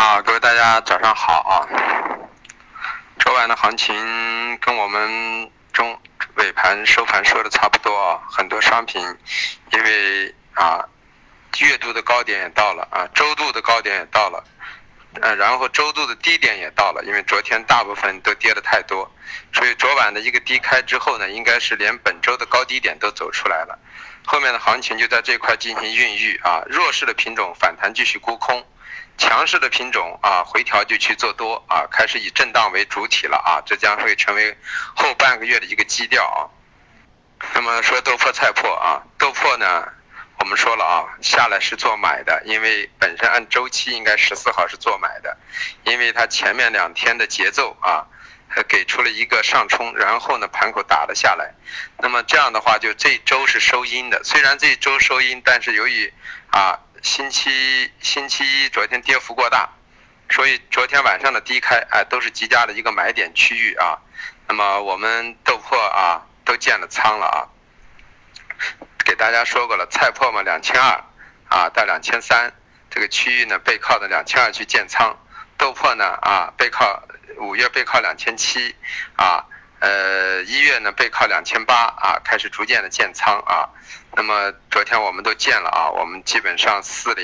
各位大家早上好啊！昨晚的行情跟我们尾盘收盘说的差不多啊，很多商品因为月度的高点也到了啊，周度的高点也到了，然后周度的低点也到了，因为昨天大部分都跌得太多，所以昨晚的一个低开之后呢，应该是连本周的高低点都走出来了，后面的行情就在这块进行孕育啊，弱势的品种反弹继续沽空。强势的品种回调就去做多开始以震荡为主体了这将会成为后半个月的一个基调那么说豆粕菜粕豆粕呢，我们说了下来是做买的，因为本身按周期应该14号是做买的，因为它前面2天的节奏给出了一个上冲，然后呢盘口打了下来，那么这样的话就这周是收阴的，虽然这周收阴，但是由于星期一昨天跌幅过大，所以昨天晚上的低开都是极佳的一个买点区域那么我们豆粕都建了仓了给大家说过了，菜粕嘛2200到2300这个区域呢，背靠的2200去建仓，豆粕呢背靠5月背靠27001月呢背靠2800开始逐渐的建仓那么昨天我们都建了我们基本上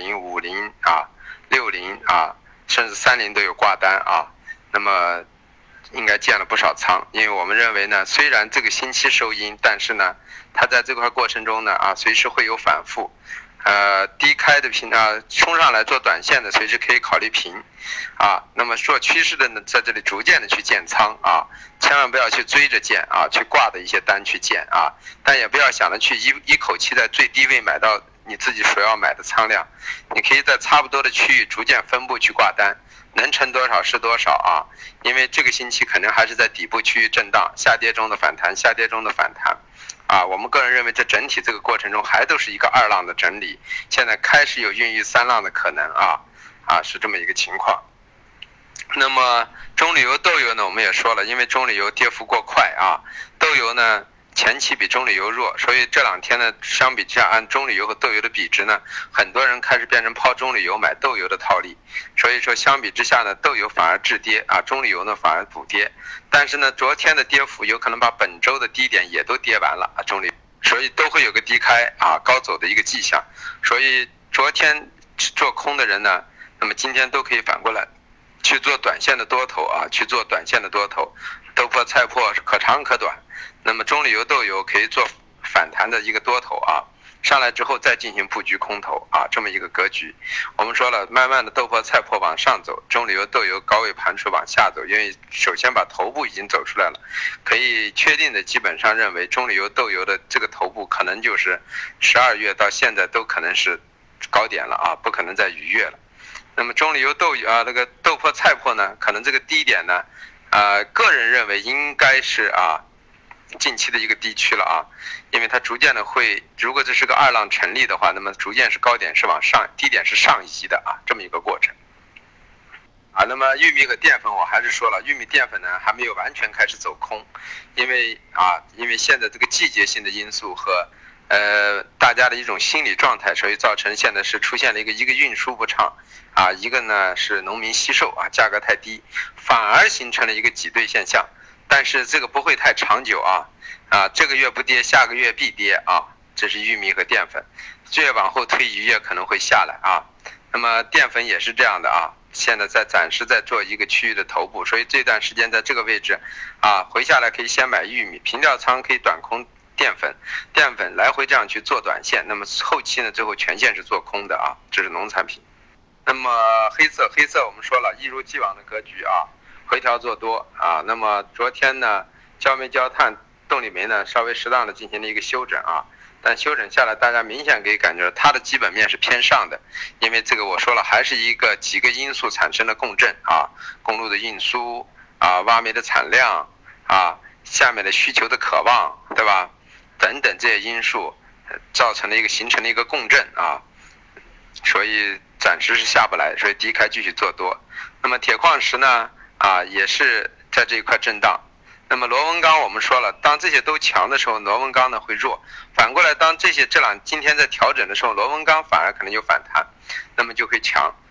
40、5060甚至30都有挂单那么应该建了不少仓，因为我们认为呢，虽然这个星期收阴，但是呢它在这块过程中呢随时会有反复低开的冲上来做短线的随时可以考虑平那么做趋势的呢，在这里逐渐的去建仓千万不要去追着建去挂的一些单去建但也不要想着去一口气在最低位买到你自己所要买的仓量，你可以在差不多的区域逐渐分布去挂单，能成多少是多少因为这个星期可能还是在底部区域震荡，下跌中的反弹，下跌中的反弹我们个人认为这整体这个过程中还都是一个2浪的整理，现在开始有孕育3浪的可能是这么一个情况。那么中榈油豆油呢，我们也说了，因为中榈油跌幅过快豆油呢前期比中榈油弱，所以这2天呢相比之下，按中榈油和豆油的比值呢，很多人开始变成抛中榈油买豆油的套利，所以说相比之下呢，豆油反而滞跌中榈油呢反而补跌，但是呢昨天的跌幅有可能把本周的低点也都跌完了中榈油，所以都会有个低开高走的一个迹象，所以昨天做空的人呢，那么今天都可以反过来去做短线的多头去做短线的多头，豆粕菜粕是可长可短，那么中榈油豆油可以做反弹的一个多头上来之后再进行布局空头这么一个格局。我们说了，慢慢的豆粕菜粕往上走，中榈油豆油高位盘出往下走，因为首先把头部已经走出来了，可以确定的基本上认为中榈油豆油的这个头部可能就是12月到现在都可能是高点了不可能再逾越了。那么中榈油豆油那个豆粕菜粕呢，可能这个低点呢个人认为应该是近期的一个低区了因为它逐渐的会，如果这是个2浪成立的话，那么逐渐是高点是往上，低点是上移的这么一个过程那么玉米和淀粉我还是说了，玉米淀粉呢还没有完全开始走空，因为现在这个季节性的因素和大家的一种心理状态，所以造成现在是出现了一个运输不畅一个呢是农民惜售价格太低，反而形成了一个挤兑现象，但是这个不会太长久这个月不跌，下个月必跌这是玉米和淀粉，越往后推一月可能会下来那么淀粉也是这样的现在暂时在做一个区域的头部，所以这段时间在这个位置回下来可以先买玉米，平调仓可以短空淀粉来回这样去做短线，那么后期呢最后全线是做空的这是农产品。那么黑色我们说了，一如既往的格局回调做多那么昨天呢焦煤焦炭动力煤呢稍微适当的进行了一个休整但休整下来大家明显可以感觉它的基本面是偏上的，因为这个我说了还是几个因素产生的共振公路的运输挖煤的产量下面的需求的渴望，对吧，等等这些因素造成了形成了一个共振所以暂时是下不来，所以低开继续做多。那么铁矿石呢也是在这一块震荡，那么螺纹钢我们说了，当这些都强的时候，螺纹钢呢会弱，反过来当这两今天在调整的时候，螺纹钢反而可能有反弹，那么就会强，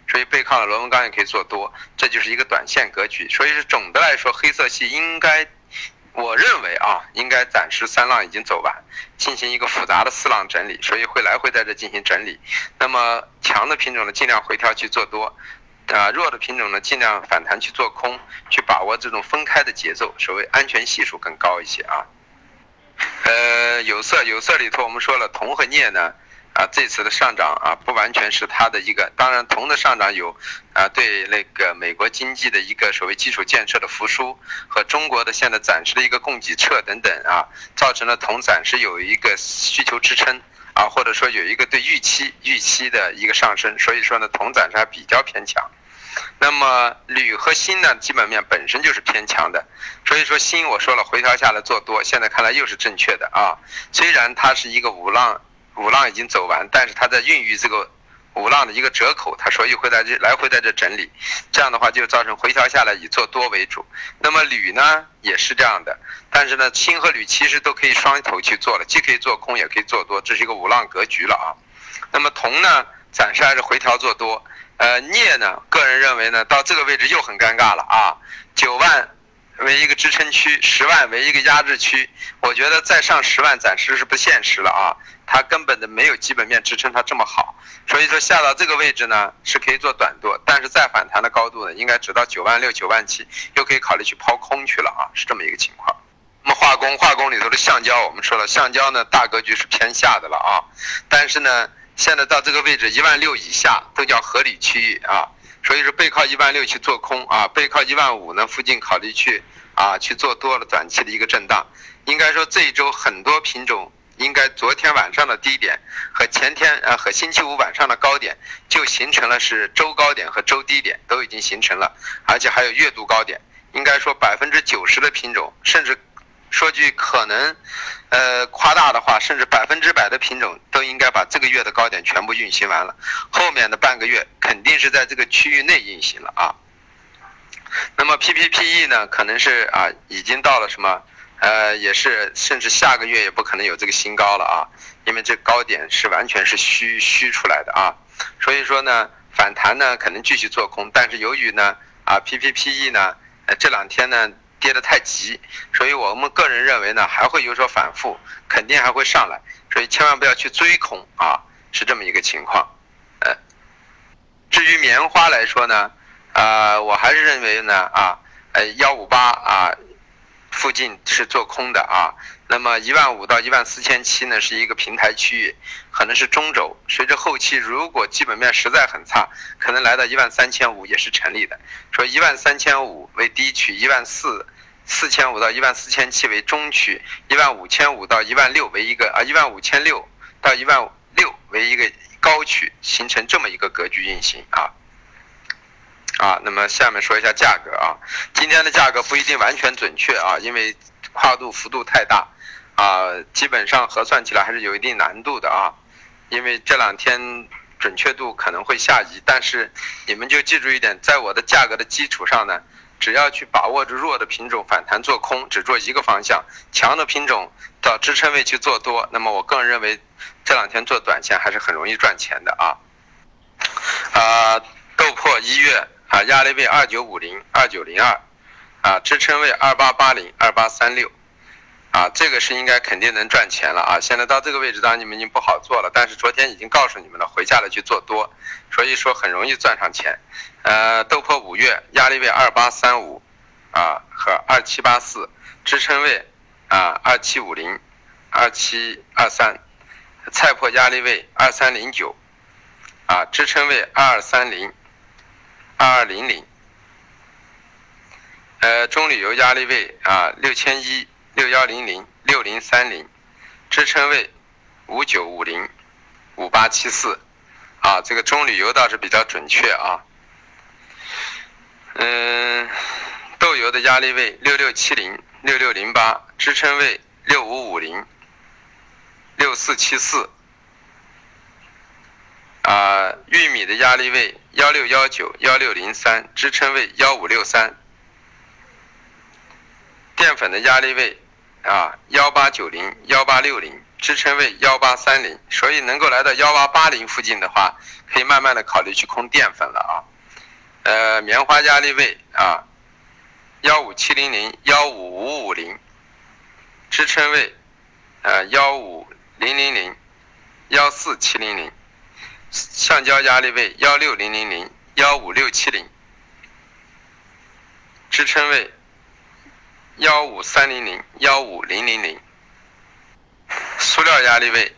所以背靠了螺纹钢也可以做多，这就是一个短线格局。所以是总的来说，黑色系应该，我认为应该暂时3浪已经走完，进行一个复杂的4浪整理，所以会来回在这进行整理。那么强的品种呢，尽量回调去做多。弱的品种呢，尽量反弹去做空，去把握这种分开的节奏，所谓安全系数更高一些啊。有色里头我们说了，铜和镍呢，这次的上涨不完全是它的一个，当然铜的上涨有对那个美国经济的一个所谓基础建设的复苏和中国的现在暂时的一个供给侧等等造成了铜暂时有一个需求支撑。或者说有一个对预期的一个上升，所以说呢，铜暂时还比较偏强。那么铝和锌呢，基本面本身就是偏强的，所以说锌我说了回调下来做多，现在看来又是正确的虽然它是一个五浪已经走完，但是它在孕育这个5浪的一个折口，它所以会来回在这整理，这样的话就造成回调下来以做多为主。那么铝呢也是这样的，但是呢锌和铝其实都可以双头去做了，既可以做空也可以做多，这是一个5浪格局了那么铜呢暂时还是回调做多，镍呢个人认为呢到这个位置又很尴尬了9万为一个支撑区，10万为一个压制区，我觉得再上10万暂时是不现实了它根本的没有基本面支撑它这么好，所以说下到这个位置呢是可以做短多，但是再反弹的高度呢应该只到9万6、9万7，又可以考虑去抛空去了是这么一个情况。那么化工里头的橡胶，我们说了，橡胶呢大格局是偏下的了但是呢现在到这个位置1万6以下都叫合理区域所以说背靠1万6去做空背靠1万5呢附近考虑去做多了短期的一个震荡。应该说这一周很多品种应该昨天晚上的低点和前天和星期五晚上的高点就形成了是周高点和周低点都已经形成了，而且还有月度高点。应该说90%的品种，甚至说句可能夸大的话，甚至100%的品种都应该把这个月的高点全部运行完了，后面的半个月肯定是在这个区域内运行了那么 PPPE 呢可能是已经到了什么也是甚至下个月也不可能有这个新高了因为这高点是完全是虚出来的所以说呢反弹呢可能继续做空，但是由于呢PPPE 呢这2天呢跌得太急，所以我们个人认为呢还会有所反复，肯定还会上来，所以千万不要去追空是这么一个情况。至于棉花来说呢我还是认为呢158附近是做空的那么15000到14700呢是一个平台区域，可能是中轴，随着后期如果基本面实在很差，可能来到13500也是成立的，说13500为低区，14500到14700为中区，15500到16000为一个15600到16000为一个高区，形成这么一个格局运行那么下面说一下价格今天的价格不一定完全准确因为跨度幅度太大基本上核算起来还是有一定难度的因为这2天准确度可能会下移，但是你们就记住一点，在我的价格的基础上呢，只要去把握住弱的品种反弹做空，只做一个方向，强的品种到支撑位去做多，那么我个人认为这2天做短线还是很容易赚钱的豆粕1月压力位2950、2902支撑位2880、2836这个是应该肯定能赚钱了现在到这个位置当然你们已经不好做了，但是昨天已经告诉你们了，回下来去做多，所以说很容易赚上钱。豆粕5月压力位2835和2784，支撑位2750、2723，菜粕压力位2309支撑位2230、2200。中铝油压力位6001、6100、6030，支撑位5950、5874这个中铝油倒是比较准确豆油的压力位6670、6608，支撑位6550、6474玉米的压力位1619、1603，支撑位1563。淀粉的压力位1890、1860， 支撑位1830，所以能够来到1880附近的话，可以慢慢的考虑去空淀粉了啊。棉花压力位啊15700、15550，支撑位15000、14700，橡胶压力位16000、15670，支撑位15300、15000，塑料压力位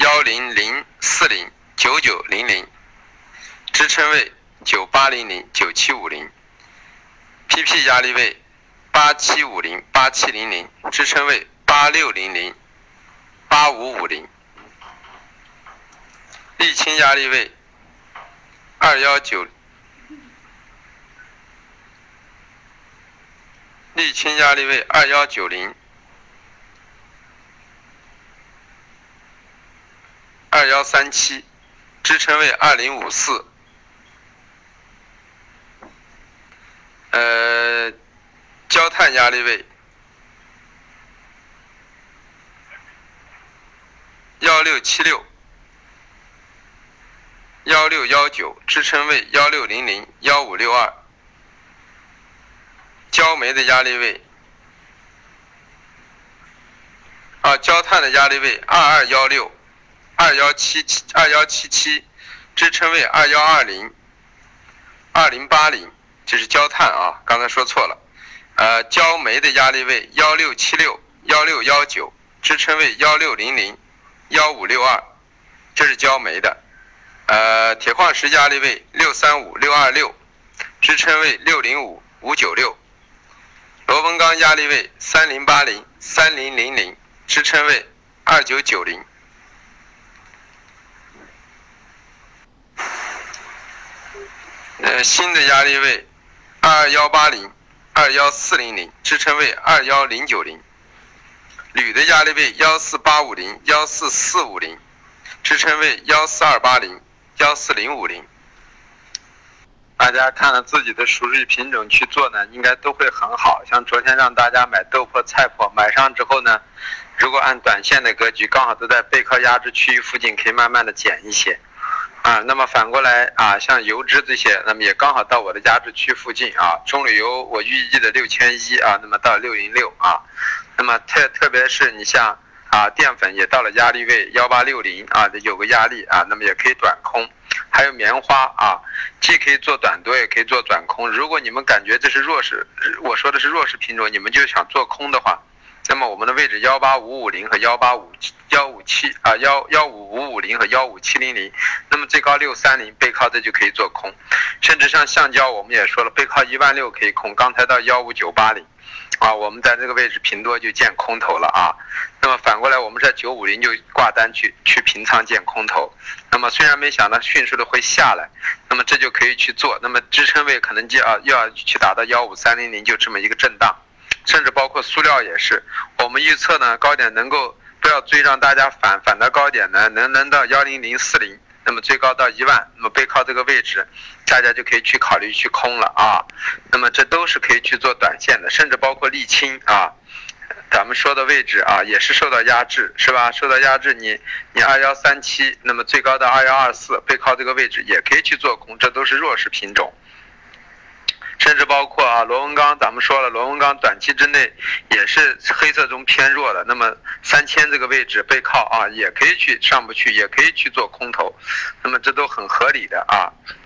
10040、9900，支撑位9800、9750， PP 压力位8750、8700，支撑位8600、8550，沥青压力位219，沥青压力位2190、2137，支撑位2054。焦炭压力位1676、1619，支撑位1600、1562。焦煤的压力位焦炭的压力位2216、2177，支撑位2120、2080，这是焦炭啊，刚才说错了。焦煤的压力位1676、1619，支撑位1600、1562，这是焦煤的。铁矿石压力位635、626，支撑位605、596。螺纹钢压力位3080、3000，支撑位2990。锌的压力位22180、21400，支撑位21090。铝的压力位14850、14450，支撑位14280、14050。大家看了自己的熟悉品种去做呢，应该都会很好。像昨天让大家买豆粕、菜粕，买上之后呢，如果按短线的格局，刚好都在背靠压制区域附近，可以慢慢的减一些啊。那么反过来啊，像油脂这些，那么也刚好到我的压制区附近啊。中铝油我预计的6100啊，那么到606啊。那么特别是你像淀粉也到了压力位1860啊，有个压力啊，那么也可以短空。还有棉花啊，既可以做短多，也可以做短空。如果你们感觉这是弱势，我说的是弱势品种，你们就想做空的话，那么我们的位置18550和15550和15700，那么最高630，背靠这就可以做空。甚至像橡胶，我们也说了，背靠16000可以空，刚才到15980。我们在这个位置平多就建空头了啊。那么反过来，我们在950就挂单去平仓建空头。那么虽然没想到迅速的会下来，那么这就可以去做。那么支撑位可能就要去达到15300，就这么一个震荡。甚至包括塑料也是，我们预测呢高点能够不要追，让大家反到高点呢能到10040。那么最高到1万，那么背靠这个位置，大家就可以去考虑去空了啊。那么这都是可以去做短线的，甚至包括沥青啊，咱们说的位置啊，也是受到压制，是吧？受到压制，你2137，那么最高到2124，背靠这个位置也可以去做空，这都是弱势品种。甚至包括螺纹钢，咱们说了，螺纹钢短期之内也是黑色中偏弱的，那么3000这个位置背靠也可以去上不去，也可以去做空头，那么这都很合理的啊。